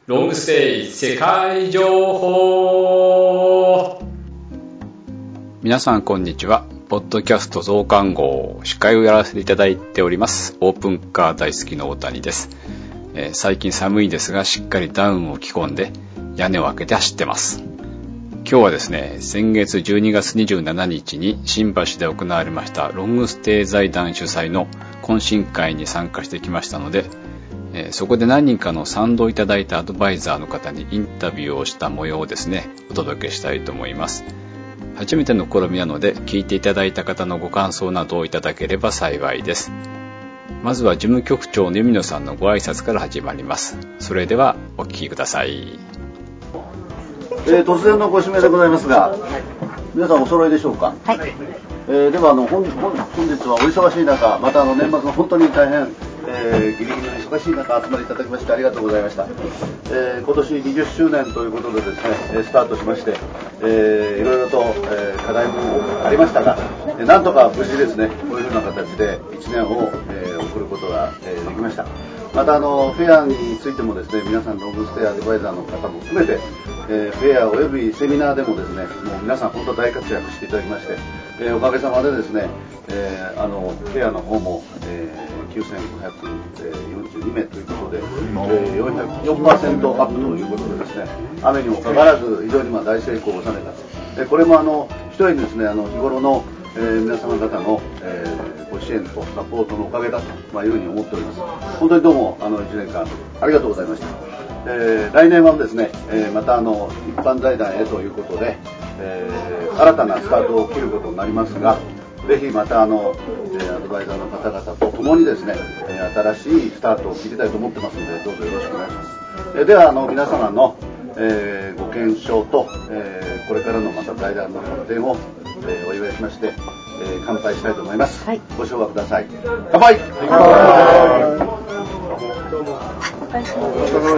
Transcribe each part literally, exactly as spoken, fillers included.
ロングステイ世界情報。 皆さんこんにちは。ポッドキャスト増刊号司会をやらせていただいておりますオープンカー大好きの大谷です、えー、最近寒いですがしっかりダウンを着込んで屋根を開けて走ってます。今日はですね、先月じゅうにがつにじゅうしちにちに新橋で行われましたロングステイ財団主催の懇親会に参加してきましたので、えー、そこで何人かの賛同いただいたアドバイザーの方にインタビューをした模様をですね、お届けしたいと思います。初めての試みなので聞いていただいた方のご感想などをいただければ幸いです。まずは事務局長の弓野さんのご挨拶から始まります。それではお聞きください。 えー、突然のご指名でございますが、皆さんお揃いでしょうか。はい。えー、ではあの 本, 本, 本日はお忙しい中、またあの年末の本当に大変、えー、ギリギリの忙しい中集まりいただきましてありがとうございました。えー、今年にじゅっしゅうねんということでですね、スタートしまして、えー、いろいろと、えー、課題もありましたが、なんとか無事ですね、こういうふうな形でいちねんを、えー、送ることが、えー、できました。またあのフェアについてもですね、皆さんロングステイアドバイザーの方も含めて、えー、フェアおよびセミナーでもですね、もう皆さん本当大活躍していただきまして、えー、おかげさまでですね、えー、あのフェアの方も、えー、きゅうせんごひゃくよんじゅうにめいということで、えー、よんひゃくよんパーセント アップということでですね、雨にもかかわらず非常にまあ大成功を収めた。でこれもあの一重にですね、あの日頃の、えー、皆様方の、えー、ご支援とサポートのおかげだと、まあ、いうふうに思っております。本当にどうもあのいちねんかんありがとうございました。えー、来年はですね、えー、またあの一般財団へということで、えー、新たなスタートを切ることになりますが、ぜひまたあの、えー、アドバイザーの方々と共にですね、えー、新しいスタートを切りたいと思ってますので、どうぞよろしくお願いします。えー、ではあの皆様の、えー、ご健勝と、えー、これからのまた財団の発展を、えー、お祝いしまして、えー、乾杯したいと思います。はい、ご唱和ください。乾杯。乾杯。お疲れ様です。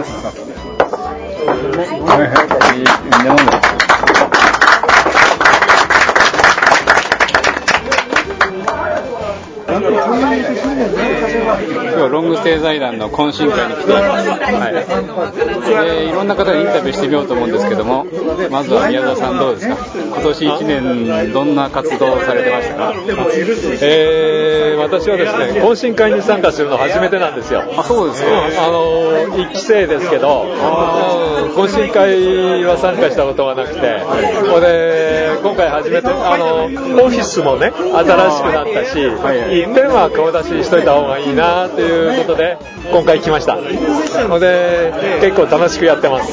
今日はロングステイ財団の懇親会に来ています。はい。えー、いろんな方にインタビューしてみようと思うんですけども、まずは宮沢さんどうですか。今年いちねんどんな活動をされてましたか。 えー、私はですね、懇親会に参加するの初めてなんですよ。 あ、そうですか。 あのいっきせいですけど、懇親会は参加したことがなくて、これで今回初めてあのオフィスもね新しくなったし、一点は顔出ししといた方がいいなということで今回来ました。ので結構楽しくやってます。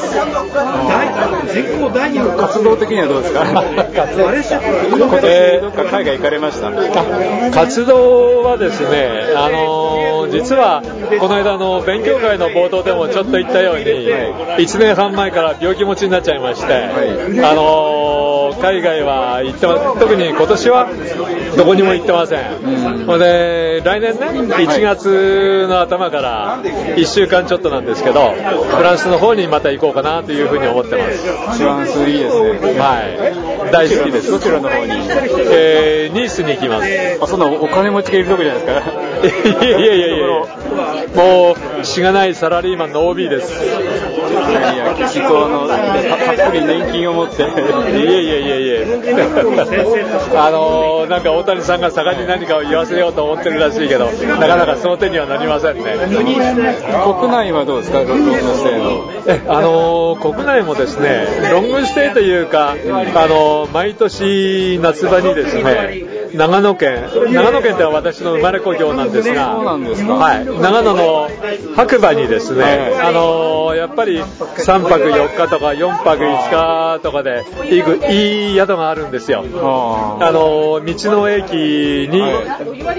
活動的にはどうですか。今年どっか海外行かれました。 活動はですね、あの実はこの間の勉強会の冒頭でもちょっと言ったように、いちねんはん前から病気持ちになっちゃいまして、あの海外は行ってま、特に今年はどこにも行ってません。ので来年ねいちがつの頭からいっしゅうかんちょっとなんですけど、フランスの方にまた行こうかなというふうに思ってます。 フランスいいですね。 はい、大好きです。 どちらの方に。 えー、ニースに行きます。 あ、そんなお金持ちがいるとこじゃないですか。 いやいやいやいや、もうしがないサラリーマンの オービー です。 いやいや、きっとあの た, たっぷり年金を持っていやいやいやいやいやあのなんか大谷さんが盛んに何かを言わせようと思ってるらしいけど、なかなかその手にはなりませんね。 国内はどうですか。ロングステイのえあの国内もですね、ロングステイというか、あの毎年夏場にですね、長野県長野県っては私の生まれ故郷なんですが、 そうなんですか。 はい、長野の白馬にですね、はい、あのやっぱりさんぱくよっかとかよんぱくいつかとかでいい、いい宿があるんですよ。あの道の駅に、はい、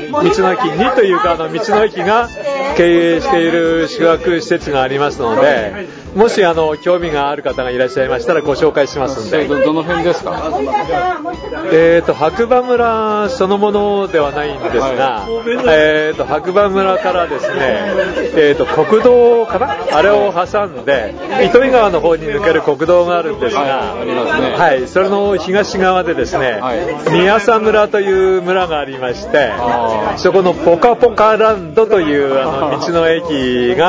道の駅にというか、あの道の駅が経営している宿泊施設がありますので、もしあの興味がある方がいらっしゃいましたらご紹介しますんで。 ど, どの辺ですか。 えーと白馬村そのものではないんですが、はい、えーと白馬村からですね、えーと国道かな、あれを挟んで糸魚川の方に抜ける国道があるんですが、はい、ありますね。はい、それの東側でですね、はい、宮佐村という村がありまして、そこのポカポカランドというあの道の駅が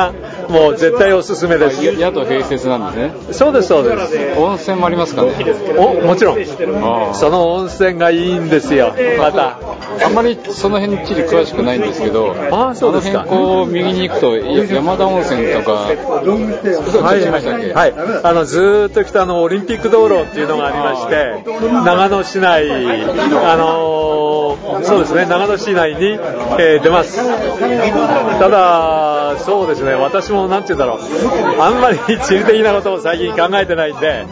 もう絶対おすすめです。 宿併設なんですね。 そうですそうです。 温泉もありますかね。 お、もちろん。その温泉がいいんですよ。またあんまりその辺地理詳しくないんですけど、 ああそうですか。 あの辺こう右に行くと山田温泉とか、はいはいはい、あのずーっと北のオリンピック道路っていうのがありまして、長野市内、あのー、そうですね、長野市内に、えー、出ます。ただそうですね、私もなんて言うんだろう、あんまり地理的なことを最近考えてないんで、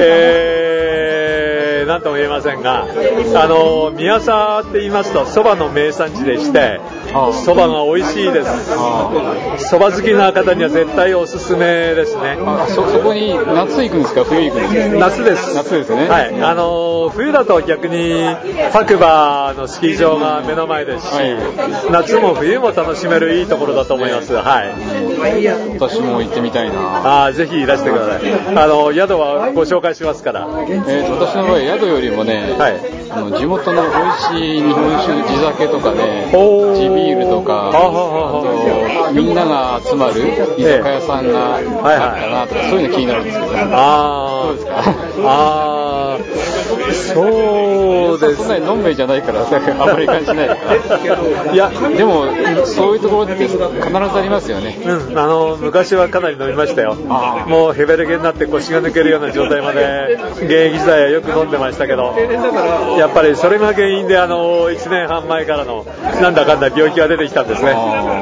えー、なんとも言えませんが、あの宮沢って言いますとそばの名産地でして、そばが美味しいです。そば好きな方には絶対おすすめですね。 あ そ, そこに夏行くんですか、冬行くんですか。 夏です。 夏ですね。 はい、あの冬だと逆に白馬のスキー場が目の前ですし、はい、夏も冬も楽しめるいいところだと思います。はい。 私も行ってみたいな。 あ、ぜひいらしてください。あの宿はご紹介しますから。 えー、と私の場合宿よりもね、はい、あの地元の美味しい日本酒、地酒とかね、地ビールとか、あとみんなが集まる居酒屋さんがあったなとか、そういうの気になるんですけど。 あそうですか。 あそうです。 そんなにのんべいじゃないからあまり感じないから。いやでもそういうところって必ずありますよね。 うん、あの昔はかなり飲みましたよ。もうヘベレケになって腰が抜けるような状態まで現役時代はよく飲んでましたけど、やっぱりそれが原因であのいちねんはん前からのなんだかんだ病気が出てきたんですね。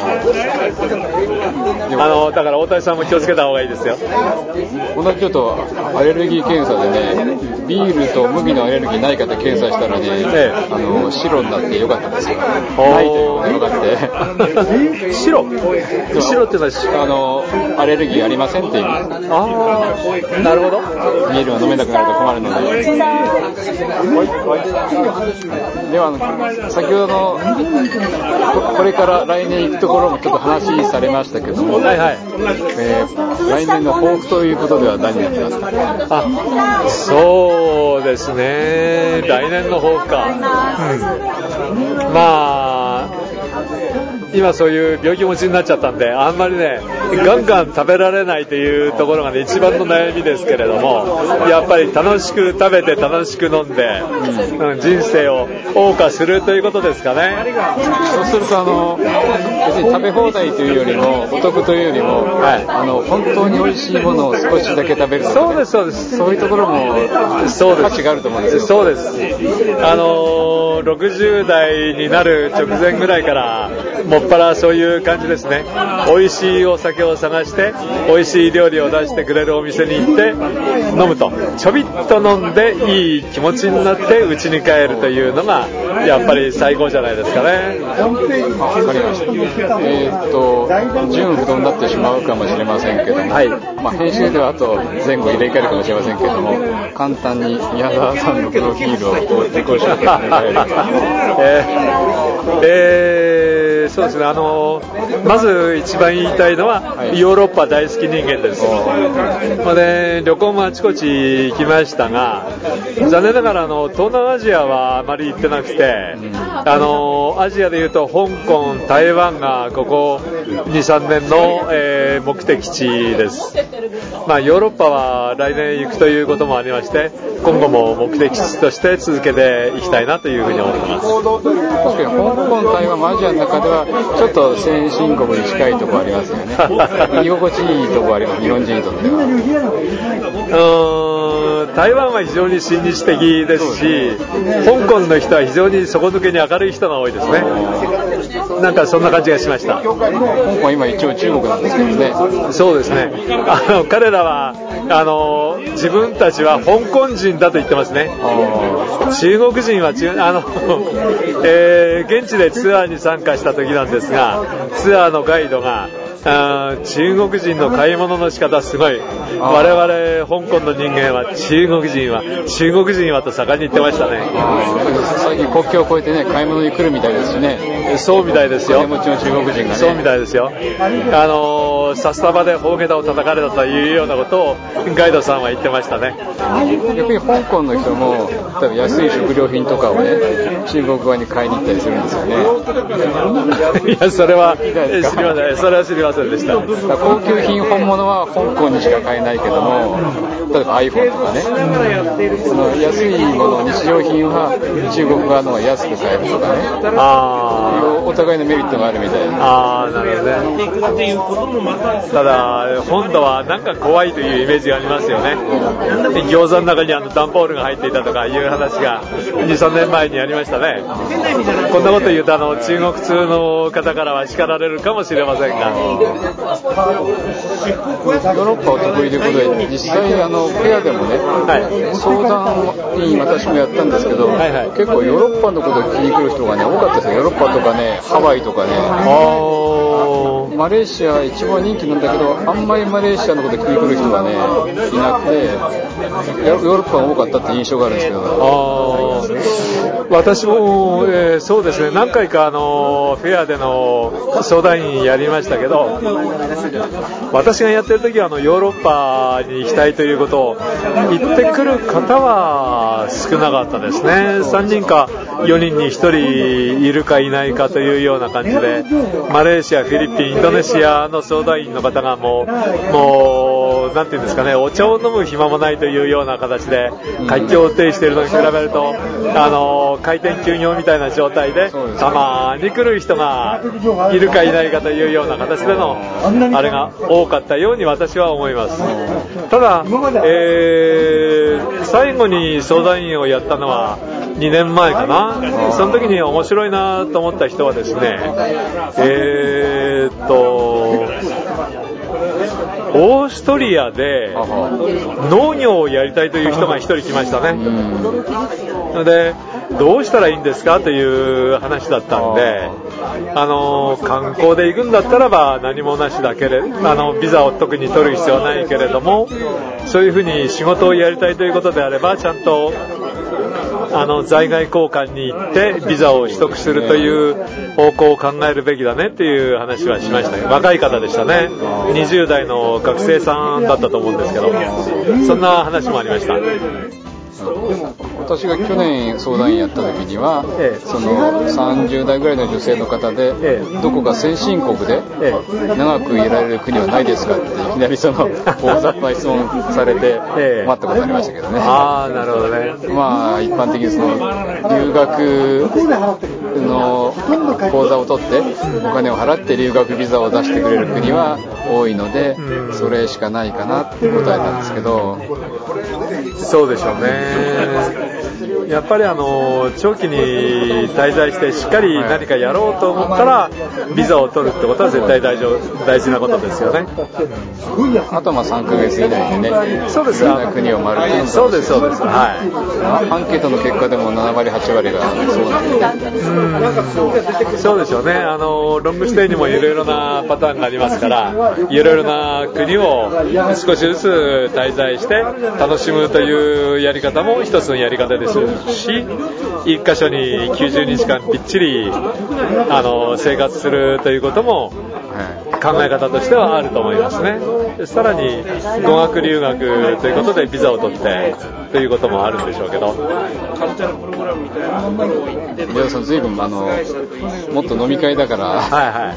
あのだから大谷さんも気をつけた方がいいですよ。 同じちょっとアレルギー検査でね、ビールと麦のアレルギーないかって検査したらね、ええ、あの白になってよかったですよ。ないということが分かって白白ってのはあのアレルギーありませんっていう。ああ、なるほど。 ビールが飲めなくなると困るので。ではあの先ほどの こ, これから来年行くところもちょっと話されましたけども、 はいはい、 えー、来年の抱負ということでは何になりますか。 あ、そうですね、来年の抱負か、うん、まあ今そういう病気持ちになっちゃったんであんまりねガンガン食べられないというところがね一番の悩みですけれども、やっぱり楽しく食べて楽しく飲んで、うん、人生を謳歌するということですかね。 そうするとあの別に食べ放題というよりもお得というよりも、はい、あの本当に美味しいものを少しだけ食べる、ね、 そうですそうです、 そういうところも価値があると思うんですよ。 そうです。あのろくじゅう代になる直前ぐらいからもっぱらそういう感じですね。美味しいお酒を探して美味しい料理を出してくれるお店に行って飲むと、ちょびっと飲んでいい気持ちになって家に帰るというのがやっぱり最高じゃないですかね。 わかりました。えー、っと純不動になってしまうかもしれませんけども、はい、まあ、編集ではあと前後入れ替えるかもしれませんけども、簡単に宮沢さんのプロフィールをご自己紹介してもらえますか。 えーえー、そうですね、あのまず一番言いたいのは、はい、ヨーロッパ大好き人間です。まあね、旅行もあちこち行きましたが、残念ながらあの東南アジアはあまり行ってなくて、うん、あのアジアでいうと香港、台湾がここ にさんねんの、えー、目的地です。まあ、ヨーロッパは来年行くということもありまして、今後も目的地として続けていきたいなというふうに思います。 確かに香港、台湾もアジアの中ではちょっと先進国に近いところありますよね。居心地いいところあります、日本人にとっては。 うーん、台湾は非常に親日的ですし、香港の人は非常に底抜けに明るい人が多いですね。なんかそんな感じがしました。 香港は今一応中国なんですけどね。 そうですね、あの彼らはあの自分たちは香港人だと言ってますね。中国人はあの、えー、現地でツアーに参加した時なんですが、ツアーのガイドがあ中国人の買い物の仕方すごい、我々香港の人間は中国人は中国人はと盛んに言ってましたね。 最近国境を越えてね買い物に来るみたいですしね。 そうみたいですよ。 金持ちの中国人がね。 そうみたいですよ。あの札束で大桁を叩かれたというようなことをガイドさんは言ってましたね。 逆に香港の人も例えば安い食料品とかをね中国側に買いに行ったりするんですよね。 いやそれは知りません。それは知りませんでした。 高級品本物は香港にしか買えないけども、例えば iPhone とかね、その安いもの日用品は中国側の方が安く買えるとかね。あお互いのメリットがあるみたいな。 ああなるほどね。ただ本土はなんか怖いというイメージがありますよね。餃子の中にあの段ボールが入っていたとかいう話が にさんねんまえにありましたね。こんなこと言うとあの中国通の方からは叱られるかもしれませんが、 ヨーロッパを得意ということで実際あのフェアでもね、はい、相談員私もやったんですけど、はいはい、結構ヨーロッパのことを聞きに来る人がね多かったですよ。ヨーロッパとかねハワイとかね。あマレーシア一番人気なんだけどあんまりマレーシアのことを聞きに来る人がねいなくてヨーロッパが多かったって印象があるんですけど、 あ私も、えー、そうですね何回かあのフェアでの相談員やりましたけど、私がやってる時はあのヨーロッパに行きたいということを言ってくる方は少なかったですね。さんにんかよにんにひとりいるかいないかというような感じで、マレーシア、フィリピン、インドネシアの相談員の方がもうもうなんていうんですかね、お茶を飲む暇もないというような形で海峡を呈しているのに比べるとあの開店休業みたいな状態でたまに来る人がいるかいないかというような形でのあれが多かったように私は思います。ただ、えー、最後に相談員をやったのはにねんまえかな。その時に面白いなと思った人はですね、えーっとオーストリアで農業をやりたいという人が一人来ましたね。でどうしたらいいんですかという話だったんで、あの観光で行くんだったらば何もなしだけれあのビザを特に取る必要はないけれども、そういうふうに仕事をやりたいということであればちゃんとあの在外交換に行ってビザを取得するという方向を考えるべきだねっていう話はしました。若い方でしたね。にじゅう代の学生さんだったと思うんですけど、そんな話もありました。 私が去年相談員やった時には、ええ、そのさんじゅう代ぐらいの女性の方で、ええ、どこか先進国で長くいられる国はないですかっていきなりその講座の質問されて待ったことありましたけどね。 ああなるほどね。 まあ一般的にその留学の講座を取ってお金を払って留学ビザを出してくれる国は多いので、それしかないかなって答えたんですけど、 そうでしょうね。やっぱりあの長期に滞在してしっかり何かやろうと思ったらビザを取るってことは絶対大丈夫大事なことですよね。 あとまあさんかげつ以内でね、 そうです。 いろんな国を回る。 そうですそうです。はい。 アンケートの結果でもななわりはちわりがそうなんで、 うん、そうでしょうね。あのロングステイにもいろいろなパターンがありますから、いろいろな国を少しずつ滞在して楽しむというやり方も一つのやり方ですし、一箇所にきゅうじゅうにちかんぴっちりあの生活するということも考え方としてはあると思いますね。さらに語学留学ということでビザを取ってということもあるんでしょうけど、 宮田さん随分あのもっと飲み会だから、はいはい、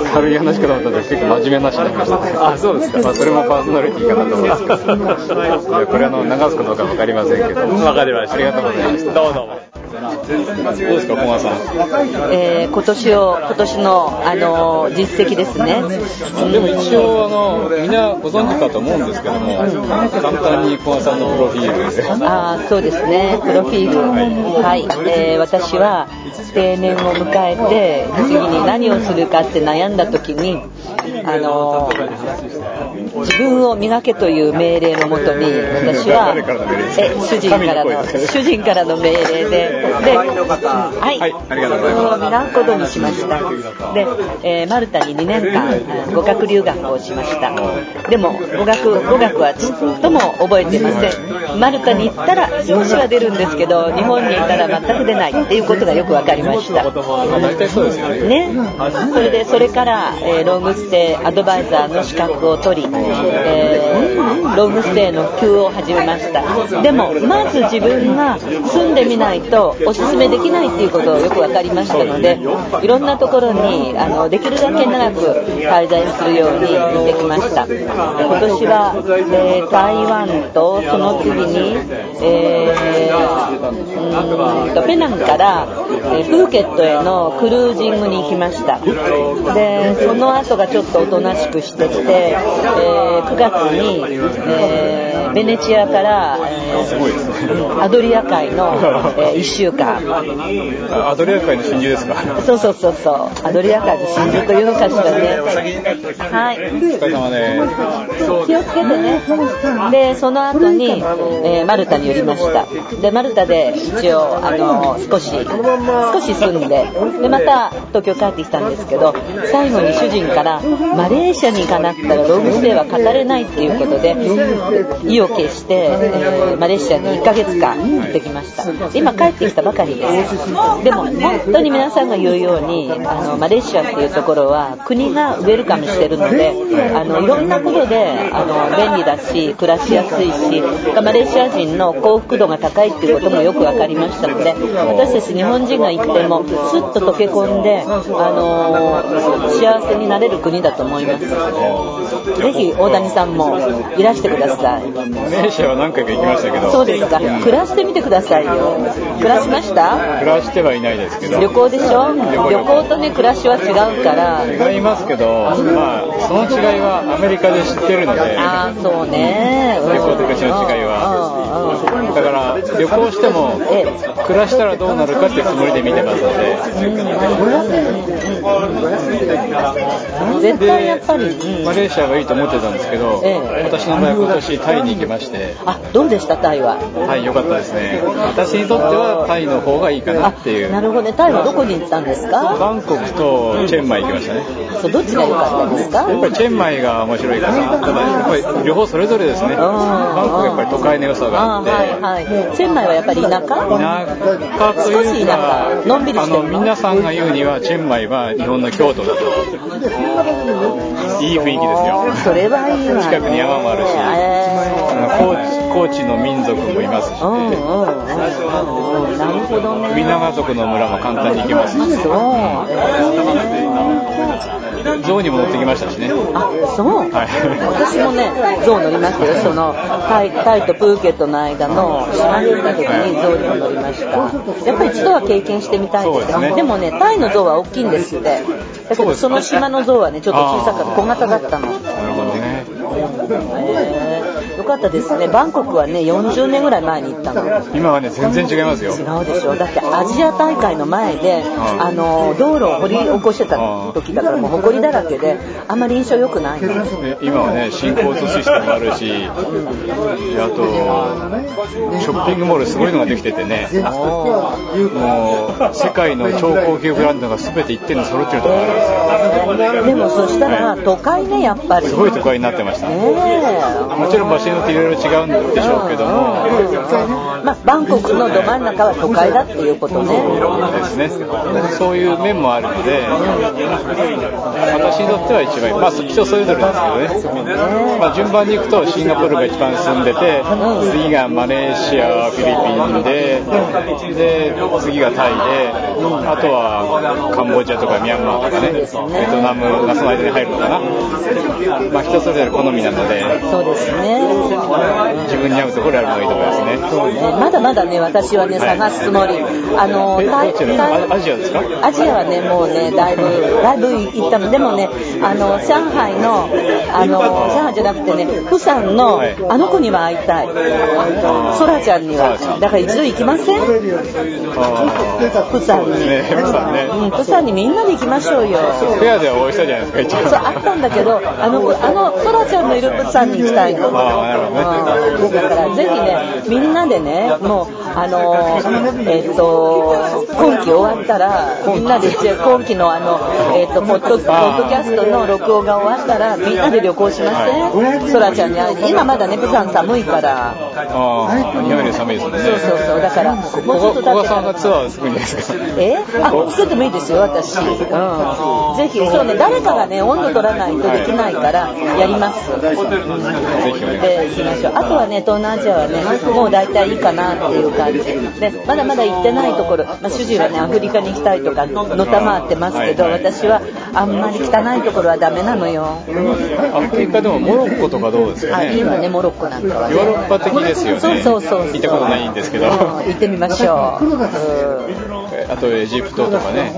軽い話かと思ったんですけど結構真面目な話になりましたね。 あ、そうですか。 まあ、それもパーソナリティかなと思うんですけどこれあの流すかどうか分かりませんけど。 分かりました。 ありがとうございました。 どうもどうも。 どうですか、小川さん。 えー、今年を今年のあの実績ですね。 でも一応あのみんなご存知かと思うんですけども、簡単に小川さんのプロフィールで。 ああ、そうですね。プロフィール。はい。えー、私は定年を迎えて次に何をするかって悩んだ時に、あの自分を磨けという命令のもとに私はえ主人からの主人からの命令でで、はい、 はい、ありがとうございます。 ミランコドにしました。で、えー、マルタににねんかん語学留学をしました。でも語学語学はちっとも覚えてません。マルタに行ったら少しは出るんですけど、日本にいたら全く出ないっていうことがよく分かりました。 大体そうですよね。 ね、それでそれから、えー、ロングステイアドバイザーの資格を取り、えー、ロングステイの普及を始めました。でもまず自分が住んでみないとおすすめできないっていうことをよく分かりましたので、いろんなところにあのできるだけ長く滞在するように行ってきました。今年は、えー、台湾とその次に、えー、うんとペナンから、えー、プーケットへのクルージングに行きました。でその後がちょっとおとなしくしてきて、えー、くがつに、えー、ベネチアから、えー、アドリア海の、えー、いっしゅうかん。 アドリア海の真珠ですか？ そうそうそうそう、アドリア海の真珠というのかしらね。はい、 お疲れ様です。 気をつけてね。でその後に、えー、マルタに寄りました。でマルタで一応あの少し少し住んで、でまた東京帰ってきたんですけど、最後に主人からマレーシアに行かなくたらロングステイは語れないっていうことで意を決して、えー、マレーシアにいっかげつかん行ってきました。今帰ってきたばかりです。でも本当に皆さんが言うようにあのマレーシアっていうところは国がウェルカムしてるので、あのいろんなことであの便利だし暮らしやすいし、マレーシア人の幸福度が高いっていうこともよく分かりましたので、私たち日本人が行ってもスッと溶け込んで、あの幸せになれる国だと思います。ぜひ大谷さんもいらしてください。 マレーシアは何回か行きましたけど。 そうですか。暮らしてみてくださいよ。暮らしました？ 暮らしてはいないですけど。 旅行でしょ？旅行とね暮らしは違うから。 違いますけど、まあその違いはアメリカで知ってるので。 ああそうね。 旅行と暮らしの違いは。だから旅行しても暮らしたらどうなるかっていうつもりで見てますので。 絶対やっぱり、うん、 マレーシアがいいと思ってたんですけど、ええ、私の場合今年タイに行きまして。 あ、どうでしたタイは？ タイ良かったですね。私にとってはタイの方がいいかなっていう。 なるほどね。タイはどこに行ったんですか？ バンコクとチェンマイ行きましたね。 そうどっちが良かったんですか？ やっぱりチェンマイが面白いかな。ただやっぱり両方それぞれですね。バンコクやっぱり都会の良さがあって、 はいはい、チェンマイはやっぱり田舎？田舎というか、 のんびりしてるの？ あの皆さんが言うにはチェンマイは日本の京都だと。いい雰囲気ですよ。 それはいいわね。 近くに山もあるし、高知、高知の民族もいますし、ね、 うんうんうん、なるほどね。 首長族の村も簡単に行けますし、象にも乗ってきましたしね。 あ、そう。はい、私もね象乗りましたよ。そのタイ、タイとプーケットの間の島に行った時に象にも乗りました。やっぱり一度は経験してみたいです。そうですね。でもねタイの象は大きいんですって。だけどその島の象はねちょっと小さかった小型だったの。なるほどね。 えー、よかったですね。バンコクはねよんじゅうねんぐらい前に行ったの。 今はね全然違いますよ。 違うでしょ。だってアジア大会の前で、ああの道路を掘り起こしてた時だからもう埃だらけであんまり印象良くないの。 今はね新交通システムもあるし、うん、あとショッピングモールすごいのができててね、もう世界の超高級ブランドが全て一点に揃ってるところがあるんですよ。 でもそしたら都会ねやっぱりすごい都会になってました、ね、もちろん場所によっていろいろ違うんでしょうけども、 うん、まあ、バンコクのど真ん中は都会だっていうことね。 ですね。そういう面もあるので、私にとっては一番、まあ人それぞれですけどね、まあ、順番に行くとシンガポールが一番進んでて、次がマレーシア、フィリピンで、で次がタイで、あとはカンボジアとかミャンマーとかね、ベトナムがその間に入るのかな。まあ、人それぞれ好みなので、 そうですね、 自分に合うところあるのがいいと思いますね。 そうね、まだまだね私はね、はい、探すつもり。あのタイアジアですか？ アジアはねもうねだいぶだいぶ行ったの。でもねあの上海のあの上海じゃなくてね釜山の、はい、あの子には会いたい。ソラちゃんには。だから一度行きません？釜山に。ね、釜山ね。うん、釜山にみんなで行きましょうよ。 フェアではお会いしたじゃないですか一応。 そうあったんだけど、あのあのソラちゃんのいる釜山に行きたいの。 ああなるほどね。 だからぜひねみんなでねもうあのえっ、ー、と今期終わったらみんなで今期のあのえっ、ー、とポッドポッドキャストの録音が終わったらみんなで旅行しません？そらちゃんに会いに今まだねプサン寒いからああ日本より寒いですね。 そうそうそうだからもうちょっと経って小川さんがツアー作るんですか？ えあ作ってもいいですよ私、うん、ぜひそうね誰かがね温度取らないとできないからやります、うん、ぜひで行きましょう。あとはね東南アジアはねもう大体いいかなっていう感じでまだまだ行ってないところ、まあ、主人はねアフリカに行きたいとかのたまってますけど私はあんまり汚いところはダメなのよ。 アフリカでもモロッコとかどうですかね。 あいいわねモロッコなんかはねヨーロッパ的ですよね。 そうそうそうそう行ったことないんですけど、うん、 行ってみましょう、うん、 あとエジプトとかね。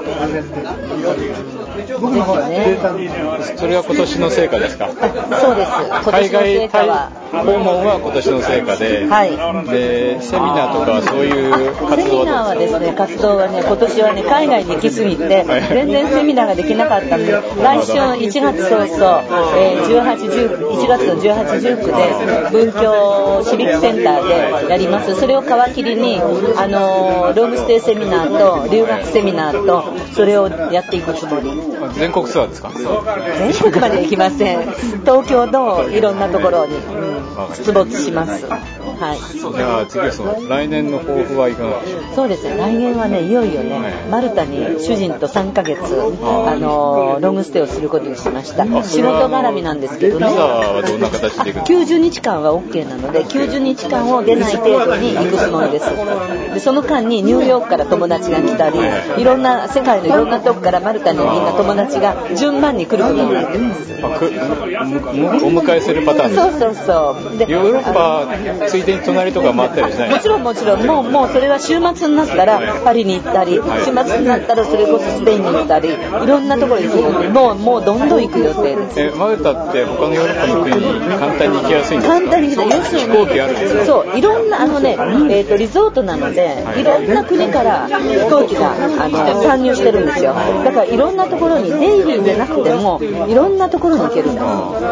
ねそれは今年の成果ですか？ そうです今年の成果は訪問は今年の成果で、 はい、 でセミナーとかそういう活動はセミナーはですね活動はね今年はね海外に行きすぎて全然セミナーができなかったので来週いちがつそうそう、えー、じゅうはち、じゅういちがつのじゅうはち、じゅうくで文教シビックセンターでやります。それを皮切りにあのロームステイセミナーと留学セミナーとそれをやっていくつもり。 全国ツアーですか？ 全国まで行きません。東京のいろんなところに、うん、出没します。はい。 じゃあ次はその来年の抱負はいかがでしょうか？ そうですね。来年はねいよいよね、はい、マルタに主人とさんかげつあのロングステイをすることにしました。仕事絡みなんですけどね。 ビザはどんな形で行くの？ きゅうじゅうにちかんは OK なのできゅうじゅうにちかんを出ない程度に行くつもりです。でその間にニューヨークから友達が来たりいろんな世界のいろんなとこからマルタにみんな友達が順番に来ることになってます。 お迎えするパターンです。 そうそうそうでヨーロッパついでに隣とか回ったりしない？ もちろんもちろんもう、もうそれは週末になったらパリに行ったり週末になったらそれこそスペインに行ったりいろんなところに行くのでもう、もうどんどん行く予定です。 えマルタって他のヨーロッパの国に簡単に行きやすいんですか？ 簡単に行きやすい。 飛行機あるんですか？ そういろんなあのね、えーと、リゾートなので、はい、いろんな国から飛行機があの参入してるんですよ。だからいろんなところにデイリーでなくてもいろんなところに行けるんです。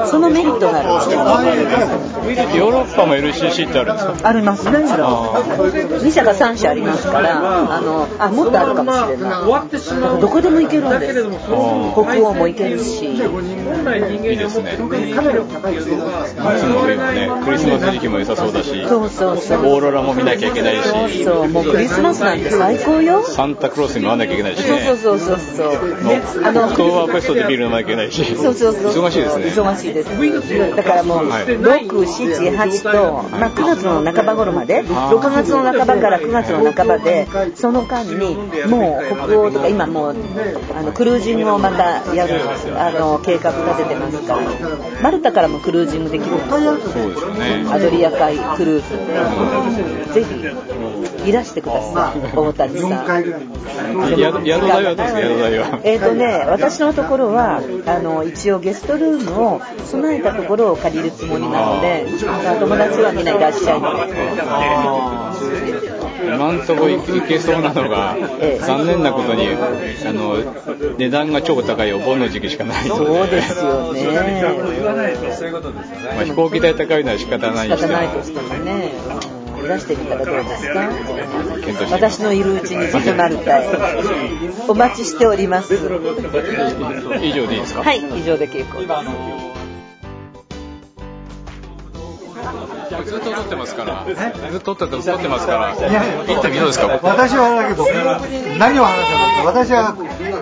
そのメリットがあるんですよ。 ヨーロッパも エルシーシー ってあるんですか？ ありますね。に社かさん社ありますからあのあもっとあるかもしれない。だからどこでも行けるんです。北欧も行けるしいいですね。夏も冬もねクリスマス時期も良さそうだしそうそうそうオーロラも見なきゃいけないしそうそうもうクリスマスなんて最高よ。 サンタクロースにも会わなきゃいけないしね。 そうそうそうそうそうあのクトーバーフェストでビール飲まなきゃいけないしそうそうそう忙しいですね。 忙しいです。だからもう、はい、ろく、しち、はちと、まあ、くがつの半ば頃までろくがつの半ばからくがつの半ばでその間にもう北欧とか今もうあのクルージングをまたやるあの計画立ててますからマルタからもクルージングできるんですよ。 そうですよね。 アドリア海クルーズ、うん、ぜひいらしてください大谷さん。 宿代はどうですか？宿代はえーとね私のところはあの一応ゲストルームを備えたところを借りるつもりなので友達はみんないらっしゃいので今んとこ行けそうなのが、ええ、残念なことにあの値段が超高いお盆の時期しかないのでそうですよね、 まあ、飛行機代高いのは仕方ないにしても仕方ないとしてもねいらしてみたらどうですか？私のいるうちにぜひマルタへお待ちしております。 以上でいいですか？ はい以上で結構。 ずっと撮ってますからずっと撮って撮ってますからインタビューどうですか？ 私はだけど何を話したか私は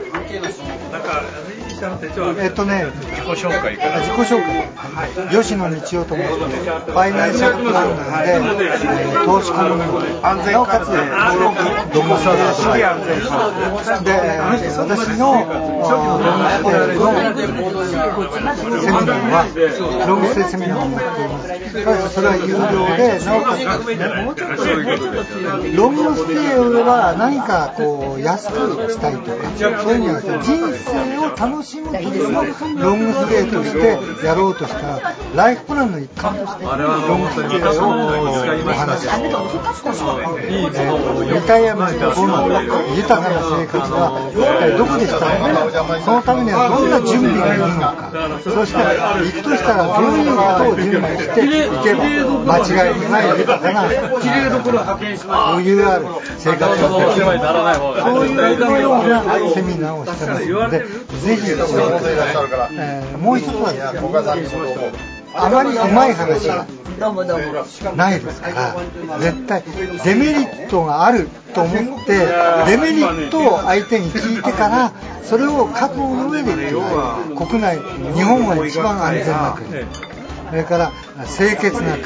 えっとね自己紹介から自己紹介、はい、吉野道夫と申します。ファイナンシャルプランナーで、えー、投資コミュニティなおかつログステイしで私のログステイのセミナーはログステイセミナーをやっています。それは有料でなおかつロングステイは何かこう安くしたいとかそういう意味では人生を楽しむためのロングステイとしてやろうとしたらライフプランの一環としてロングステイをお話ししています。リタイアメント後の豊かな生活が一体どこでしたのかそのためにはどんな準備がいるのかそして行くとしたらどういうことを準備してけば間違いない豊かな余裕ある生活をできる、そういうようなセミナーをしてますので、ぜひ、えー、もう一つはですね、あまりうまい話がないですから、絶対デメリットがあると思ってデメリットを相手に聞いてからそれを覚悟の上で言って国内、日本は一番安全な国、それから清潔な国、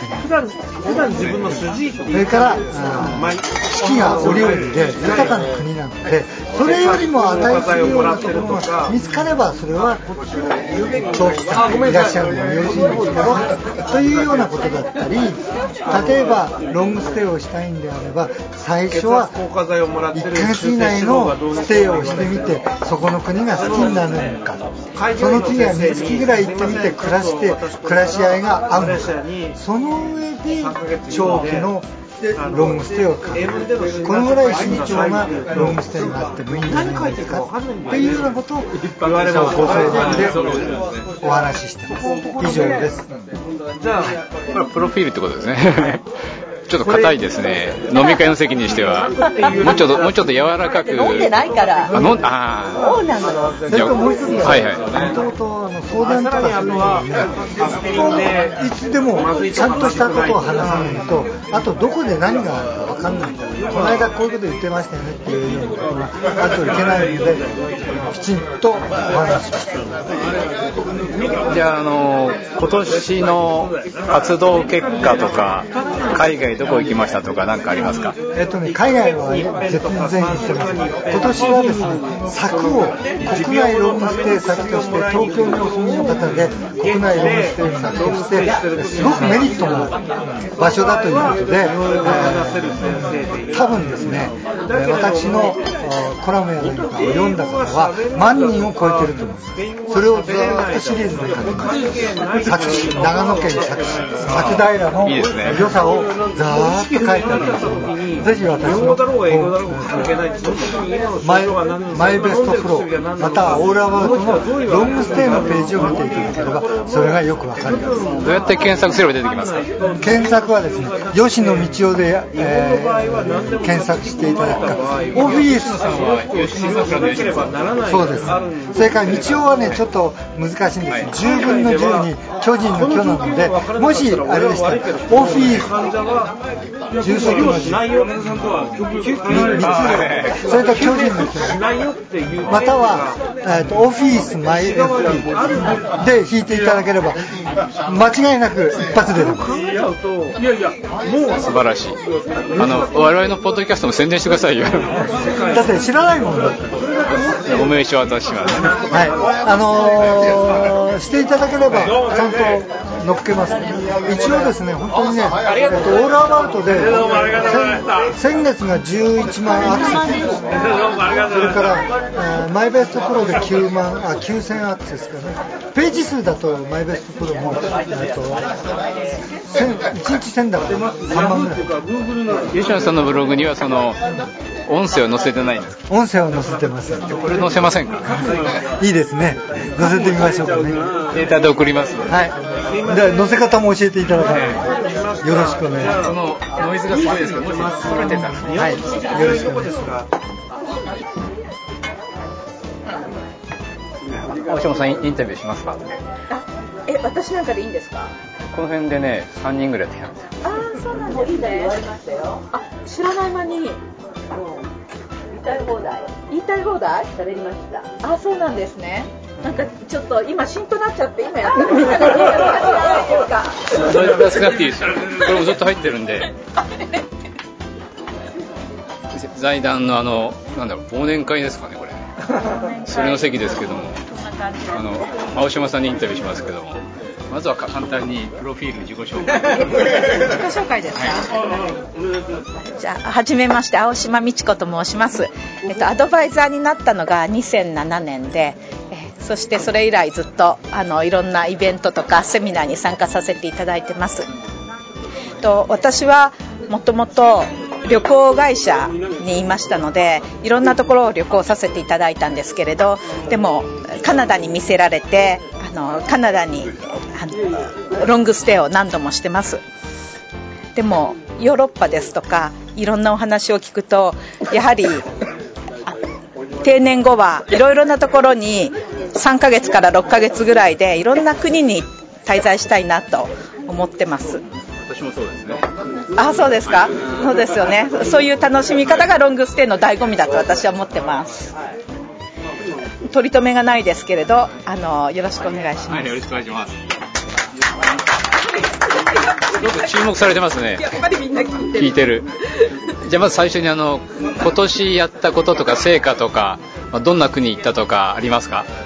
それから四季が折々で豊かな国なので、それよりも値するようなところが見つかればそれは長期間いらっしゃるのもよろしいんですけどというようなことだったり、例えばロングステイをしたいんであれば最初はいっかげつ以内のステイをしてみてそこの国が好きになるのか、その次はにがつぐらい行ってみて暮らして暮らし合いが合うのか、その上で長期のロングステイを考える、このぐらい慎重なロングステイがあってもいいんじゃないですかというようなことをご相談でお話ししてます。以上です。 じゃあこれはプロフィールってことですね。ちょっと硬いですね。飲み会の席にしてはもうちょっともうちょっと柔らかく。 飲んでないから。 あ、飲んああ。 そうなの。 それともう一つは、 はいはい。 もともと相談とかするのにね、いつでもちゃんとしたことを話さないと、あとどこで何があるか分かんない。この間こういうこと言ってましたよねっていうようなことがあといけないので、きちんとお話します。 じゃあ、あの今年の活動結果とか海外どこ行きましたとか何かありますか？ えっとね、海外は全然行ってます。今年はですね、柵を国内ロングステイ先として東京にお住みの方で国内ロングステイ先としてすごくメリットのある場所だということで、えー、多分ですね、私のコラムや何かを読んだ方は万人を超えてると思います。それをずっとシリーズで書きます。佐久市、長野県佐久市、佐久平の良さをざーっと書いてありますので、ぜひ私のマイ、マイベストプロまたはオールアバウトのロングステイのページを見ていただければそれがよくわかります。 どうやって検索すれば出てきますか？ 検索はですね、吉野道夫で、えー、検索していただくか、オフィスさんは吉野桜の吉野さん、そうです。それから道夫はねちょっと難しいんです。じゅうぶんのじゅうに巨人の巨なので、もしあれでしたらオフィス住職の字みっつ、それから巨人の巨、または、えー、とオフィスマイ エフピー で引いていただければ間違いなく一発で出ます。 素晴らしい。あの我々のポッドキャストも宣伝してくださいよ。 だって知らないもんだって。 お名刺渡します。 はい、あのー、していただければちゃんと乗っけます。一応ですね、本当にね、えっと、オールアバウトで先月がじゅういちまんアクセス、それから、えー、マイベストプロできゅうまん、あ、きゅうせんアクセスかね。ページ数だとマイベストプロも、えっと、いちにちせんだからさんまんぐらい。 吉野さんのブログにはその音声を載せてないんですか？ 音声を載せてます。 これ載せませんか？ いいですね。載せてみましょうかね。 データで送ります。 はい。で、載せ方も教えていただかないとよろしくお願いします。 そのノイズがすごいですけど、もしそれてたら、 はい、よろしくお願いします。 大島さんインタビューしますか？ え、私なんかでいいんですか？ この辺でね、さんにんぐらいやってるんですよ。 ああ、そうなんですね。言われましたよ。あ、知らない間に。うん、言いたい放題。言いたい放題？喋りました。あ、そうなんですね。なんかちょっと今シーンとなっちゃって今やったらみんなが聞いたのかしらっていうか。 それは少なくていいですよ。これもずっと入ってるんで。財団のあのなんだろう忘年会ですかねこれ。それの席ですけども。あの青島さんにインタビューしますけども。まずは簡単にプロフィール自己紹介。 自己紹介ですか。はい、じゃあはじめまして青島美智子と申します。えっとアドバイザーになったのがにせんななねんで、えそしてそれ以来ずっとあのいろんなイベントとかセミナーに参加させていただいてます。と私はもともと旅行会社にいましたのでいろんなところを旅行させていただいたんですけれど、でもカナダに見せられてあのカナダにあのロングステイを何度もしてます。でもヨーロッパですとかいろんなお話を聞くと、やはり定年後はいろいろなところにさんかげつからろっかげつぐらいでいろんな国に滞在したいなと思ってます。 私もそうですね。 あ、そうですか。そうですよね。そういう楽しみ方がロングステイの醍醐味だと私は思ってます。取り留めがないですけれど、あのよろしくお願いします。 はい、よろしくお願いします。すごく注目されてますね。聞いてる。じゃあまず最初にあの今年やったこととか成果とか、どんな国行ったとかありますか？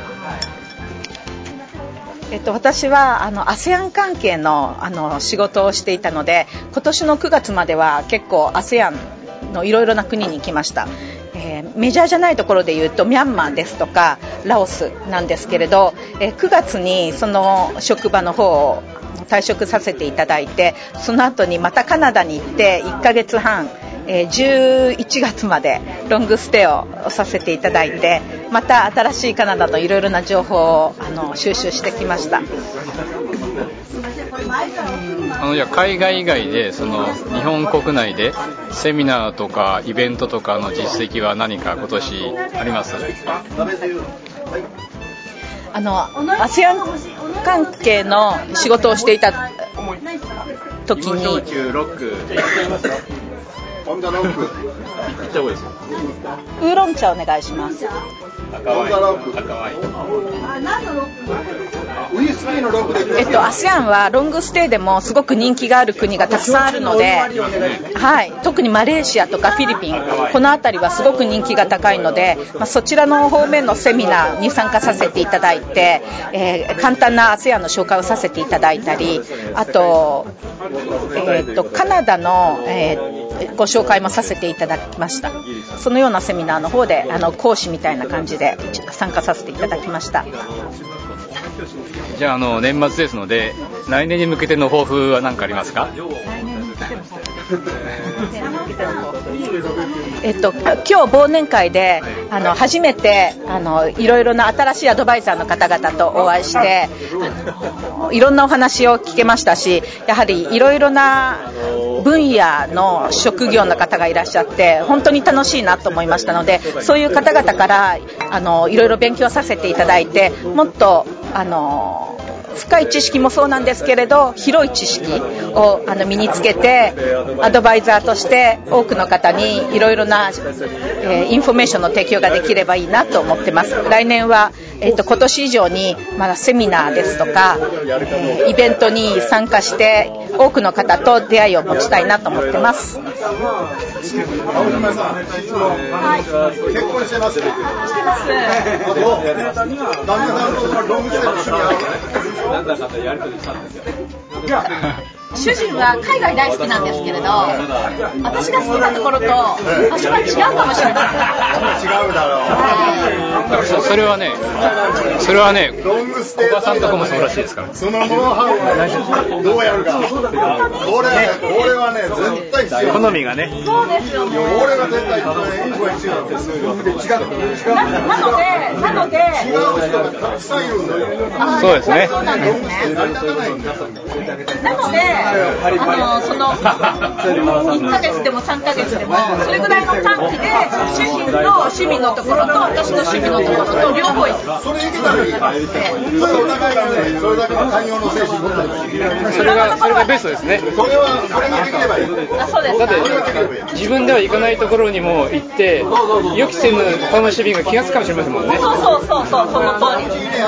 えっと、私はあの アセアン 関係 の, あの仕事をしていたので、今年のくがつまでは結構 アセアン のいろいろな国に行きました。えー、メジャーじゃないところでいうとミャンマーですとかラオスなんですけれど、えー、くがつにその職場の方を退職させていただいて、その後にまたカナダに行っていっかげつはん、えー、じゅういちがつまでロングステイをさせていただいて、また新しいカナダのいろいろな情報をあの収集してきました。 あのいや海外以外でその日本国内でセミナーとかイベントとかの実績は何か今年あります？ あの アセアン 関係の仕事をしていた時にウーロン茶お願いします。 赤ワイン、赤ワイン。 えっと アセアン はロングステイでもすごく人気がある国がたくさんあるので、はい、特にマレーシアとかフィリピン、この辺りはすごく人気が高いので、まあ、そちらの方面のセミナーに参加させていただいて、えー、簡単な アセアン の紹介をさせていただいたり、あと、えー、っとカナダの、えー、ご紹介もさせていただきました。そのようなセミナーの方であの講師みたいな感じで参加させていただきました。 じゃあ、あの年末ですので来年に向けての抱負は何かありますか？ えっと、今日忘年会であの初めてあのいろいろな新しいアドバイザーの方々とお会いしてあのいろんなお話を聞けましたし、やはりいろいろな分野の職業の方がいらっしゃって本当に楽しいなと思いましたので、そういう方々からあのいろいろ勉強させていただいて、もっとあの深い知識もそうなんですけれど広い知識をあの身につけてアドバイザーとして多くの方にいろいろな、えー、インフォメーションの提供ができればいいなと思ってます。来年は、えー、と今年以上にまだセミナーですとか、えー、イベントに参加して多くの方と出会いを持ちたいなと思ってます。 青島さん、はい、結婚してます？してます。あと、旦那さんとロングステイの趣味ある？なんだかんだやりとりしたんですよ。 主人は海外大好きなんですけれど、私が好きなところと場所が違うかもしれない。 違うだろう。 そ, それはね、それはね、小葉さんとこもそうらしいですから。 そのノウハウはどうやるか。これこれはね絶対必要。 好みがね。 そうですよね。 俺が絶対これ違うってそういう。違う。 な, なのでなので違う人がたくさんいるんだよ。 そうですね。 そうなんですね。なので。あのそのいっかげつでもさんかげつでもそれぐらいの短期で主人の趣味のところと私の趣味のところと両方行く。 それいけたらいい。それお互いがね、それだけの寛容の精神持ってる。 それがそれがベストですね。 それはそれができればいい。 あ、そうですか。 だって自分では行かないところにも行って予期せぬ楽しみが気がつくかもしれませんもんね。 そうそうそうそうその通り。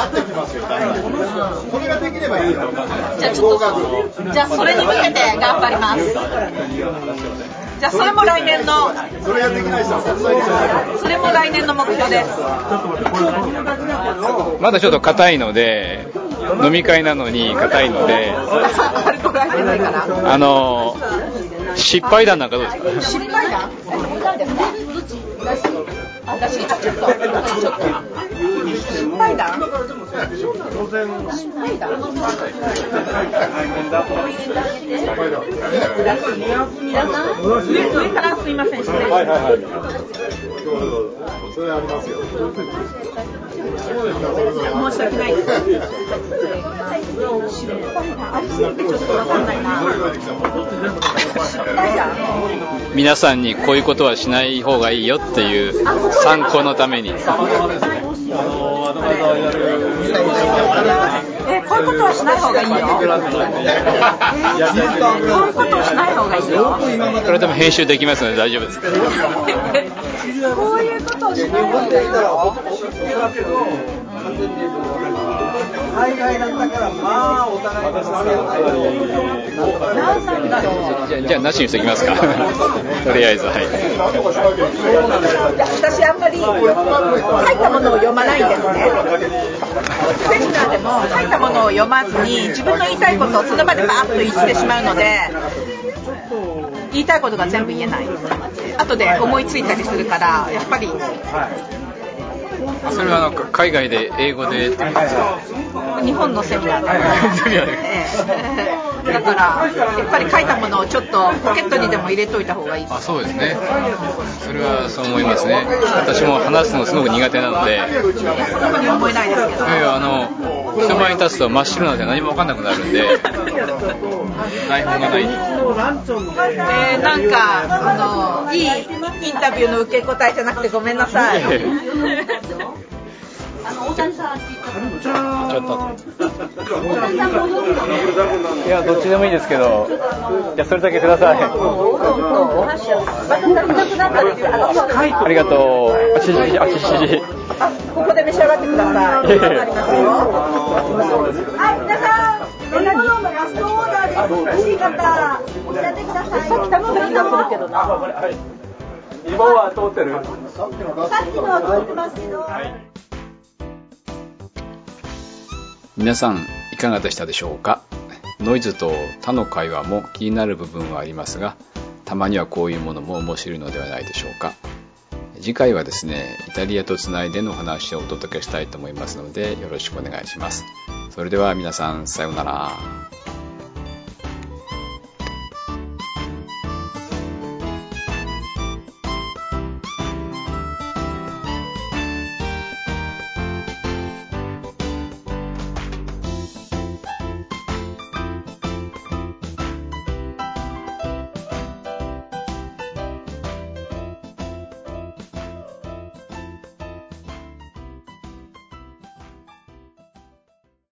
それができればいいよ。 じゃあちょっとじゃあそれに向けて頑張ります。じゃあそれも来年のそれができない人はそれも来年の目標です。 まだちょっと硬いので飲み会なのに硬いのでアルコール入ってないからあの失敗談なんかどうですか？ 失敗談？何ですか？私ちょっとちょっと失敗談？当然失敗談？上からすいません。 はいはいはい。 それありますよ。 申し訳ないです。失敗がありすぎてちょっとわかんないな。 皆さんにこういうことはしない方がいいよっていう参考のために。 え、こういうことはしない方がいいよ。こういうことをしない方がいいよ。 これでも編集できますので大丈夫です。 こういうことをしない方がいいよ。 海外だったからまあお互いに何なんだろう。 じゃあ、じゃあなしにしておきますか。とりあえずはい。 私あんまり書いたものを読まないんですね。セミナーでも書いたものを読まずに自分の言いたいことをその場でバーッと言ってしまうので、言いたいことが全部言えない。後で思いついたりするからやっぱり。 それはなんか海外で英語で日本のセミナーで、ええ、だからやっぱり書いたものをちょっとポケットにでも入れといた方がいい。 あ、そうですね。それはそう思いますね。私も話すのすごく苦手なので。 そんなふうに思えないですけど。 いやいや、あの人前に立つと真っ白なので何も分かんなくなるんで台本がない。 えー、なんかあのいいインタビューの受け答えじゃなくてごめんなさい。 ちょっといやどっちでもいいですけど、じゃあそれだけください。ありがとう。あちちあちちあ、ここで召し上がってください。えー、ありますよ。はい、皆さん、え、何のラストオーダーです。欲しい方おっしゃってください。さっき頼んだ気がするけどな。 リボンは通ってる。 さっきのは通ってますけど。 皆さんいかがでしたでしょうか。ノイズと他の会話も気になる部分はありますが、たまにはこういうものも面白いのではないでしょうか。次回はですね、イタリアとつないでの話をお届けしたいと思いますのでよろしくお願いします。それでは皆さんさようなら。